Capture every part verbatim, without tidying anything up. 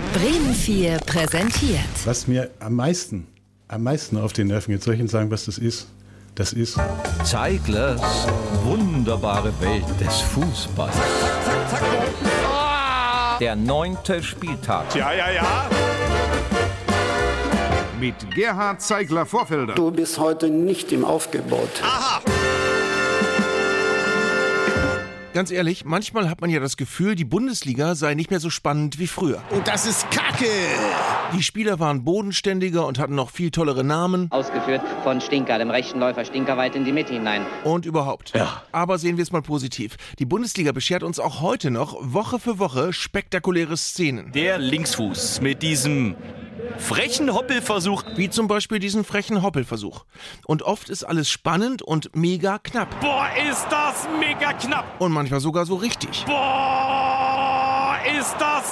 Bremen vier präsentiert. Was mir am meisten, am meisten auf den Nerven geht, soll ich Ihnen sagen, was das ist? Das ist Zeiglers wunderbare Welt des Fußballs. Zack, zack, zack. Der neunte Spieltag. Ja, ja, ja. Mit Gerhard Zeigler-Vorfelder. Du bist heute nicht im Aufgebot. Aha! Ganz ehrlich, manchmal hat man ja das Gefühl, die Bundesliga sei nicht mehr so spannend wie früher. Und das ist Kacke! Die Spieler waren bodenständiger und hatten noch viel tollere Namen. Ausgeführt von Stinker, dem rechten Läufer Stinker weit in die Mitte hinein. Und überhaupt. Ja. Aber sehen wir es mal positiv. Die Bundesliga beschert uns auch heute noch Woche für Woche spektakuläre Szenen. Der Linksfuß mit diesem frechen Hoppelversuch. Wie zum Beispiel diesen frechen Hoppelversuch. Und oft ist alles spannend und mega knapp. Boah, ist das mega knapp. Und manchmal sogar so richtig. Boah, ist das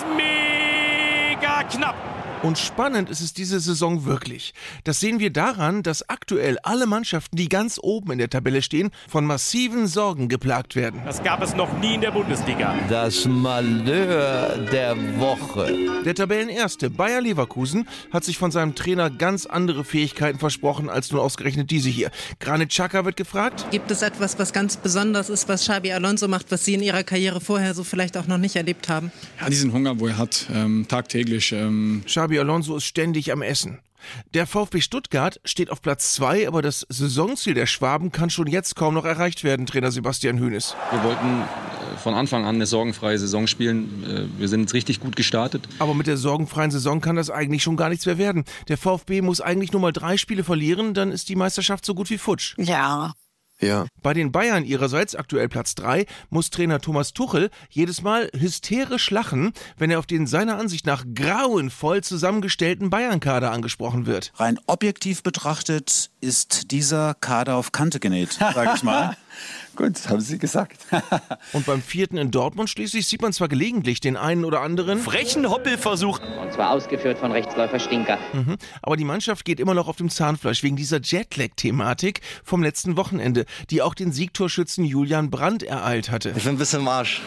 mega knapp. Und spannend ist es diese Saison wirklich. Das sehen wir daran, dass aktuell alle Mannschaften, die ganz oben in der Tabelle stehen, von massiven Sorgen geplagt werden. Das gab es noch nie in der Bundesliga. Das Malheur der Woche. Der Tabellenerste Bayer Leverkusen hat sich von seinem Trainer ganz andere Fähigkeiten versprochen als nur ausgerechnet diese hier. Granit Xhaka wird gefragt. Gibt es etwas, was ganz besonders ist, was Xabi Alonso macht, was Sie in Ihrer Karriere vorher so vielleicht auch noch nicht erlebt haben? Ja, diesen Hunger, wo er hat, ähm, tagtäglich. Ähm Xabi Alonso ist ständig am Essen. Der VfB Stuttgart steht auf Platz zwei, aber das Saisonziel der Schwaben kann schon jetzt kaum noch erreicht werden, Trainer Sebastian Hoeneß. Wir wollten von Anfang an eine sorgenfreie Saison spielen. Wir sind jetzt richtig gut gestartet. Aber mit der sorgenfreien Saison kann das eigentlich schon gar nichts mehr werden. Der VfB muss eigentlich nur mal drei Spiele verlieren, dann ist die Meisterschaft so gut wie futsch. Ja. Ja. Bei den Bayern ihrerseits, aktuell Platz drei, muss Trainer Thomas Tuchel jedes Mal hysterisch lachen, wenn er auf den seiner Ansicht nach grauenvoll zusammengestellten Bayern-Kader angesprochen wird. Rein objektiv betrachtet ist dieser Kader auf Kante genäht, sag ich mal. Gut, haben Sie gesagt. Und beim vierten in Dortmund schließlich sieht man zwar gelegentlich den einen oder anderen frechen Hoppelversuch. Und zwar ausgeführt von Rechtsläufer Stinker. Mhm. Aber die Mannschaft geht immer noch auf dem Zahnfleisch wegen dieser Jetlag-Thematik vom letzten Wochenende, die auch den Siegtorschützen Julian Brandt ereilt hatte. Ich bin ein bisschen im Arsch.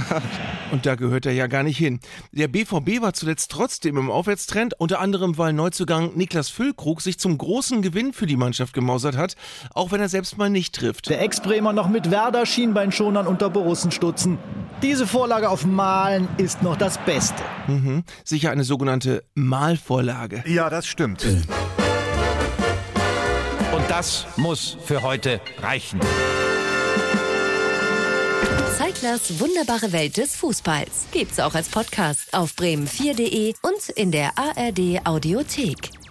Und da gehört er ja gar nicht hin. Der B V B war zuletzt trotzdem im Aufwärtstrend, unter anderem weil Neuzugang Niklas Füllkrug sich zum großen Gewinn für die Mannschaft gemausert hat, auch wenn er selbst mal nicht trifft. Der Ex-Bremer noch mit Werder Schienbeinschonern unter Borussen stutzen. Diese Vorlage auf Malen ist noch das Beste. Mhm. Sicher eine sogenannte Malvorlage. Ja, das stimmt. Und das muss für heute reichen. Zeiglers wunderbare Welt des Fußballs gibt's auch als Podcast auf bremen vier punkt de und in der A R D Audiothek.